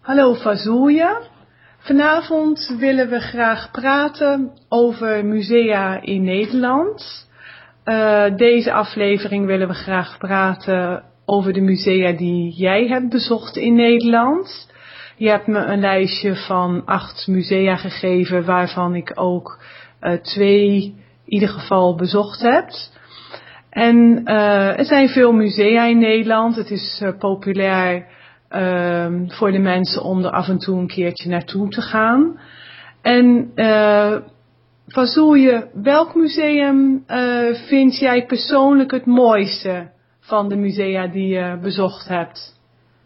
Hallo Fazulja. Vanavond willen we graag praten over musea in Nederland. Deze aflevering willen we graag praten over de musea die jij hebt bezocht in Nederland. Je hebt me een lijstje van 8 musea gegeven, waarvan ik ook 2 in ieder geval bezocht heb. En er zijn veel musea in Nederland. Het is populair voor de mensen om er af en toe een keertje naartoe te gaan. En Fazulja, welk museum vind jij persoonlijk het mooiste van de musea die je bezocht hebt?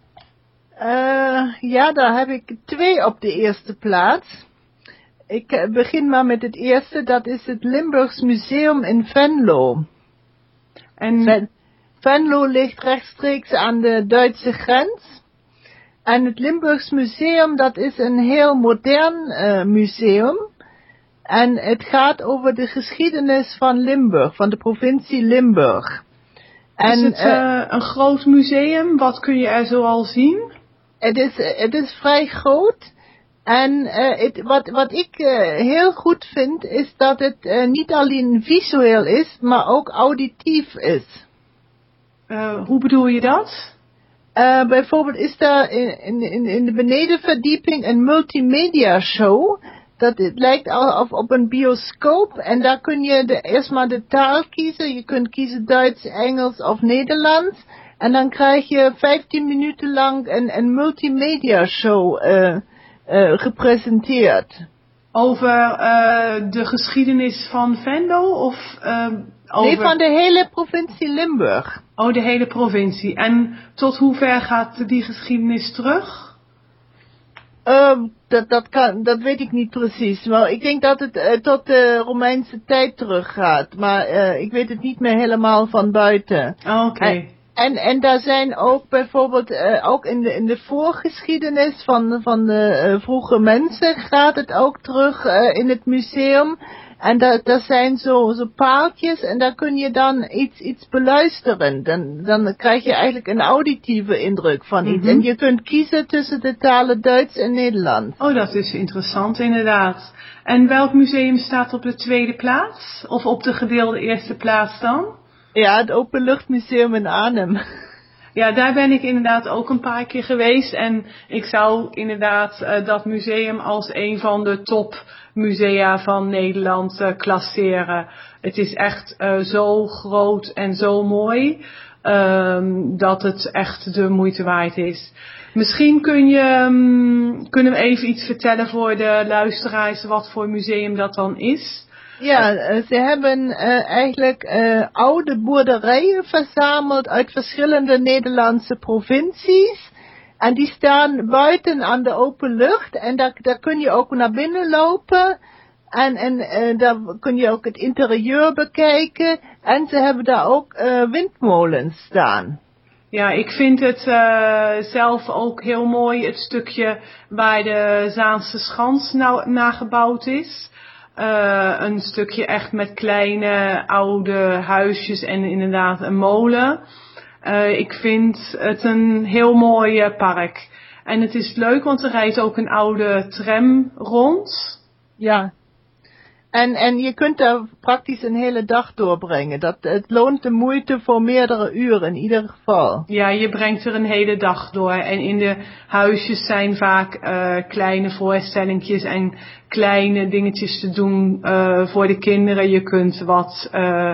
Ja, daar heb ik 2 op de eerste plaats. Ik begin maar met het eerste, dat is het Limburgs Museum in Venlo. En Venlo ligt rechtstreeks aan de Duitse grens. En het Limburgs Museum, dat is een heel modern museum. En het gaat over de geschiedenis van Limburg, van de provincie Limburg. Is het een groot museum? Wat kun je er zoal zien? Het is vrij groot. En wat ik heel goed vind, is dat het niet alleen visueel is, maar ook auditief is. Hoe bedoel je dat? Bijvoorbeeld is daar in de benedenverdieping een multimedia show. Het lijkt op een bioscoop. En daar kun je eerst maar de taal kiezen. Je kunt kiezen Duits, Engels of Nederlands. En dan krijg je 15 minuten lang een multimedia show gepresenteerd. Over de geschiedenis van Venlo of over... Nee, van de hele provincie Limburg. Oh, de hele provincie. En tot hoe ver gaat die geschiedenis terug? Dat weet ik niet precies. Maar ik denk dat het tot de Romeinse tijd teruggaat. Maar ik weet het niet meer helemaal van buiten. Oké. En daar zijn ook bijvoorbeeld, ook in de voorgeschiedenis van de vroege mensen gaat het ook terug in het museum. En daar zijn zo paaltjes en daar kun je dan iets beluisteren. Dan krijg je eigenlijk een auditieve indruk van iets. En je kunt kiezen tussen de talen Duits en Nederlands. Oh, dat is interessant inderdaad. En welk museum staat op de tweede plaats? Of op de gedeelde eerste plaats dan? Ja, het Openluchtmuseum in Arnhem. Ja, daar ben ik inderdaad ook een paar keer geweest. En ik zou inderdaad dat museum als een van de topmusea van Nederland klasseren. Het is echt zo groot en zo mooi dat het echt de moeite waard is. Misschien kunnen we even iets vertellen voor de luisteraars wat voor museum dat dan is. Ja, ze hebben eigenlijk oude boerderijen verzameld uit verschillende Nederlandse provincies. En die staan buiten aan de open lucht. En daar kun je ook naar binnen lopen. En daar kun je ook het interieur bekijken. En ze hebben daar ook windmolens staan. Ja, ik vind het zelf ook heel mooi, het stukje waar de Zaanse Schans nagebouwd is. Een stukje echt met kleine oude huisjes en inderdaad een molen. Ik vind het een heel mooi park. En het is leuk, want er rijdt ook een oude tram rond. Ja. En je kunt daar praktisch een hele dag doorbrengen. Het loont de moeite voor meerdere uren in ieder geval. Ja, je brengt er een hele dag door. En in de huisjes zijn vaak kleine voorstellingjes en kleine dingetjes te doen voor de kinderen. Je kunt wat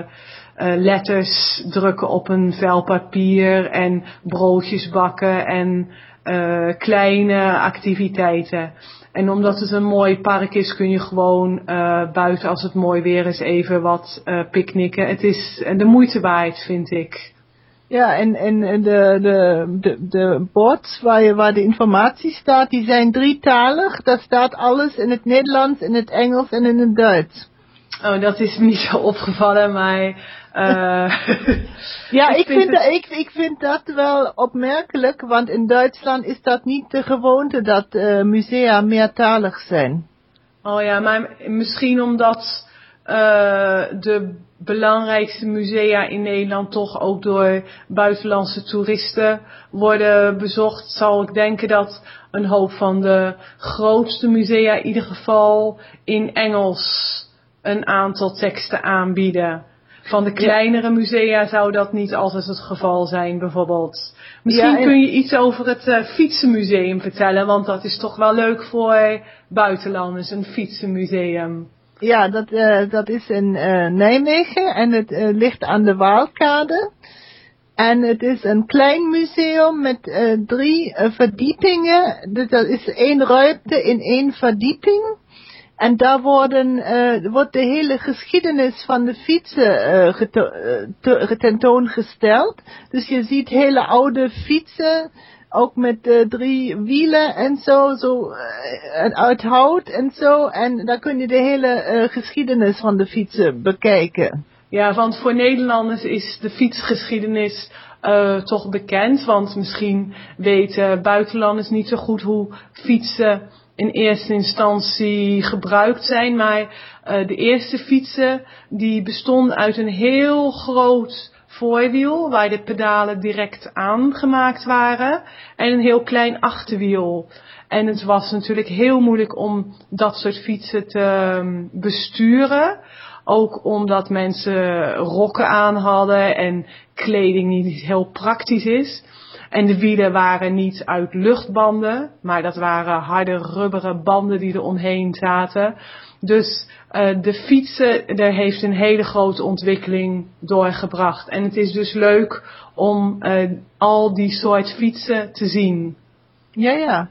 letters drukken op een vel papier en broodjes bakken en kleine activiteiten. En omdat het een mooi park is, kun je gewoon buiten als het mooi weer is even wat picknicken. Het is de moeite waard, vind ik. Ja, en de boards waar de informatie staat, die zijn drietalig. Daar staat alles in het Nederlands, in het Engels en in het Duits. Oh, dat is me niet zo opgevallen, maar... Ja, ik vind dat wel opmerkelijk, want in Duitsland is dat niet de gewoonte dat musea meertalig zijn. Oh ja, maar misschien omdat de belangrijkste musea in Nederland toch ook door buitenlandse toeristen worden bezocht, zal ik denken dat een hoop van de grootste musea in ieder geval in Engels een aantal teksten aanbieden. Van de kleinere musea zou dat niet altijd het geval zijn, bijvoorbeeld. Misschien kun je iets over het fietsenmuseum vertellen, want dat is toch wel leuk voor buitenlanders, een fietsenmuseum. Ja, dat is in Nijmegen en het ligt aan de Waalkade. En het is een klein museum met 3 verdiepingen. Dus dat is 1 ruimte in 1 verdieping. En daar wordt de hele geschiedenis van de fietsen tentoongesteld. Dus je ziet hele oude fietsen, ook met 3 wielen en zo uit hout en zo. En daar kun je de hele geschiedenis van de fietsen bekijken. Ja, want voor Nederlanders is de fietsgeschiedenis toch bekend. Want misschien weten buitenlanders niet zo goed hoe fietsen in eerste instantie gebruikt zijn. Maar de eerste fietsen die bestonden uit een heel groot voorwiel, waar de pedalen direct aangemaakt waren, en een heel klein achterwiel. En het was natuurlijk heel moeilijk om dat soort fietsen te besturen. Ook omdat mensen rokken aan hadden en kleding niet heel praktisch is. En de wielen waren niet uit luchtbanden, maar dat waren harde rubberen banden die er omheen zaten. Dus de fietsen, daar heeft een hele grote ontwikkeling doorgebracht. En het is dus leuk om al die soort fietsen te zien. Ja.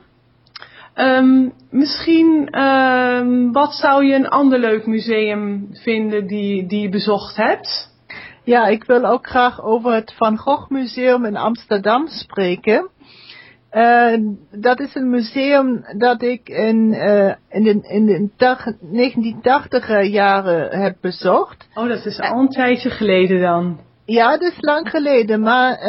Misschien, wat zou je een ander leuk museum vinden die je bezocht hebt? Ja, ik wil ook graag over het Van Gogh Museum in Amsterdam spreken. Dat is een museum dat ik in de 1980er jaren heb bezocht. Oh, dat is al een tijdje geleden dan. Ja, dat is lang geleden, maar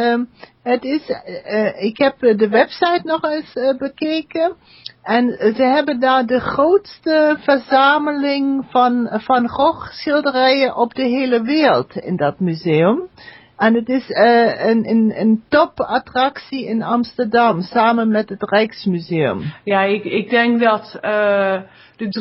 ik heb de website nog eens bekeken. En ze hebben daar de grootste verzameling van Gogh schilderijen op de hele wereld in dat museum. En het is een topattractie in Amsterdam, samen met het Rijksmuseum. Ja, ik denk dat de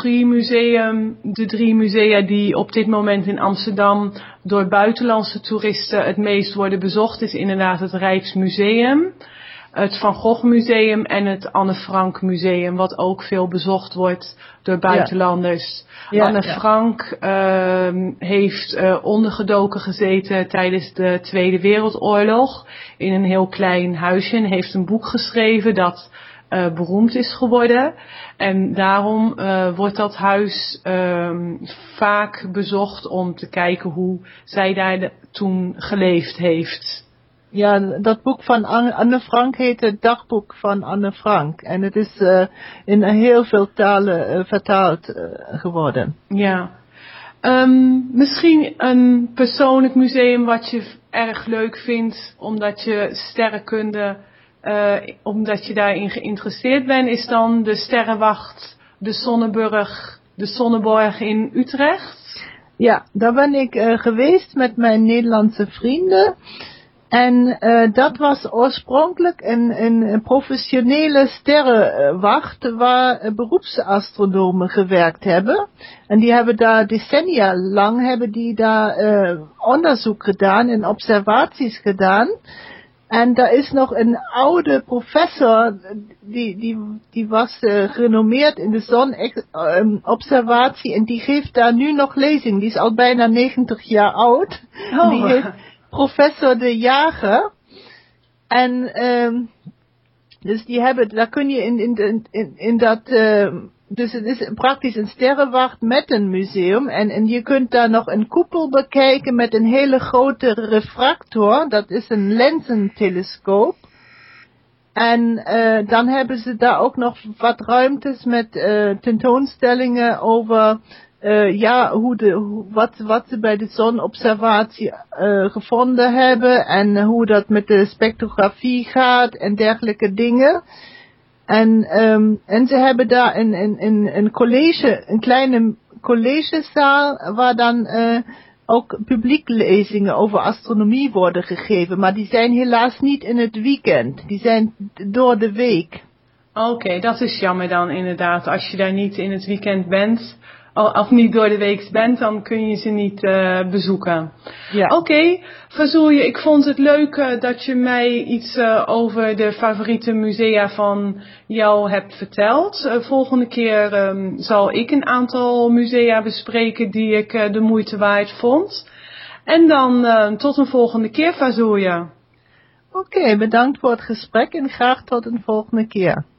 drie musea die op dit moment in Amsterdam door buitenlandse toeristen het meest worden bezocht, is inderdaad het Rijksmuseum, het Van Gogh Museum en het Anne Frank Museum, wat ook veel bezocht wordt door buitenlanders. Ja, Anne Frank heeft ondergedoken gezeten tijdens de Tweede Wereldoorlog in een heel klein huisje en heeft een boek geschreven dat beroemd is geworden. En daarom wordt dat huis vaak bezocht om te kijken hoe zij daar toen geleefd heeft. Ja, dat boek van Anne Frank heet het Dagboek van Anne Frank. En het is in heel veel talen vertaald geworden. Ja. Misschien een persoonlijk museum wat je erg leuk vindt, omdat je sterrenkunde, omdat je daarin geïnteresseerd bent, is dan de Sterrenwacht, de Sonneburg, de Sonneborg in Utrecht? Ja, daar ben ik geweest met mijn Nederlandse vrienden. En dat was oorspronkelijk een professionele sterrenwacht waar beroepsastronomen gewerkt hebben. En die hebben daar decennia lang onderzoek gedaan en observaties gedaan. En daar is nog een oude professor, die was gerenommeerd in de zonobservatie en die geeft daar nu nog lezing. Die is al bijna 90 jaar oud. Oh. Die heet Professor De Jager. En dus die hebben, daar kun je in dat, dus het is praktisch een sterrenwacht met een museum. En je kunt daar nog een koepel bekijken met een hele grote refractor. Dat is een lenzentelescoop. En dan hebben ze daar ook nog wat ruimtes met tentoonstellingen over wat ze bij de zonobservatie gevonden hebben en hoe dat met de spectrografie gaat en dergelijke dingen. En ze hebben daar een collegezaal waar dan ook publieklezingen over astronomie worden gegeven. Maar die zijn helaas niet in het weekend. Die zijn door de week. Oké, dat is jammer dan inderdaad. Als je daar niet in het weekend bent, of niet door de week bent, dan kun je ze niet bezoeken. Ja. Oké, Fazulje, ik vond het leuk dat je mij iets over de favoriete musea van jou hebt verteld. Volgende keer zal ik een aantal musea bespreken die ik de moeite waard vond. En dan tot een volgende keer, Fazulje. Oké, bedankt voor het gesprek en graag tot een volgende keer.